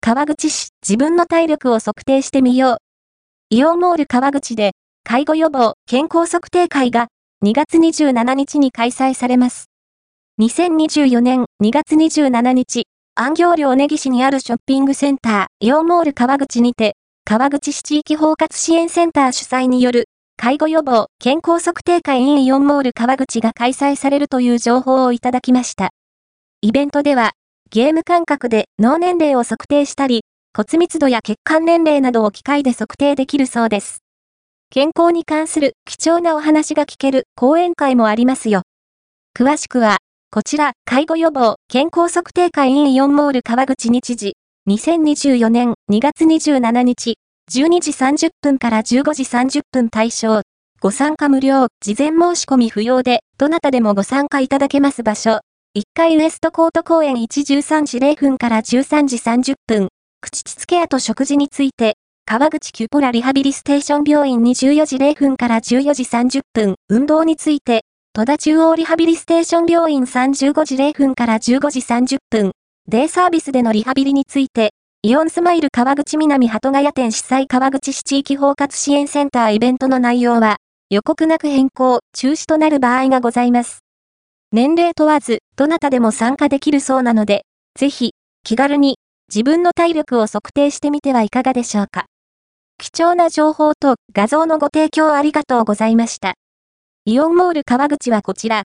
川口市、自分の体力を測定してみよう。イオンモール川口で、介護予防健康測定会が2月27日に開催されます。2024年2月27日、安行寮根岸にあるショッピングセンター、イオンモール川口にて、川口市地域包括支援センター主催による、介護予防健康測定会 in イオンモール川口が開催されるという情報をいただきました。イベントでは、ゲーム感覚で脳年齢を測定したり、骨密度や血管年齢などを機械で測定できるそうです。健康に関する貴重なお話が聞ける講演会もありますよ。詳しくは、こちら、介護予防健康測定会 in イオンモール川口日時、2024年2月27日、12時30分から15時30分対象。ご参加無料、事前申し込み不要で、どなたでもご参加いただけます場所。1階ウエストコート公園113時0分から13時30分。口膣ケアと食事について、川口キュポラリハビリステーション病院に14時0分から14時30分。運動について、戸田中央リハビリステーション病院35時0分から15時30分。デイサービスでのリハビリについて、イオンスマイル川口南鳩ヶ谷店主催川口市地域包括支援センターイベントの内容は、予告なく変更、中止となる場合がございます。年齢問わず、どなたでも参加できるそうなので、ぜひ、気軽に、自分の体力を測定してみてはいかがでしょうか。貴重な情報と画像のご提供ありがとうございました。イオンモール川口はこちら、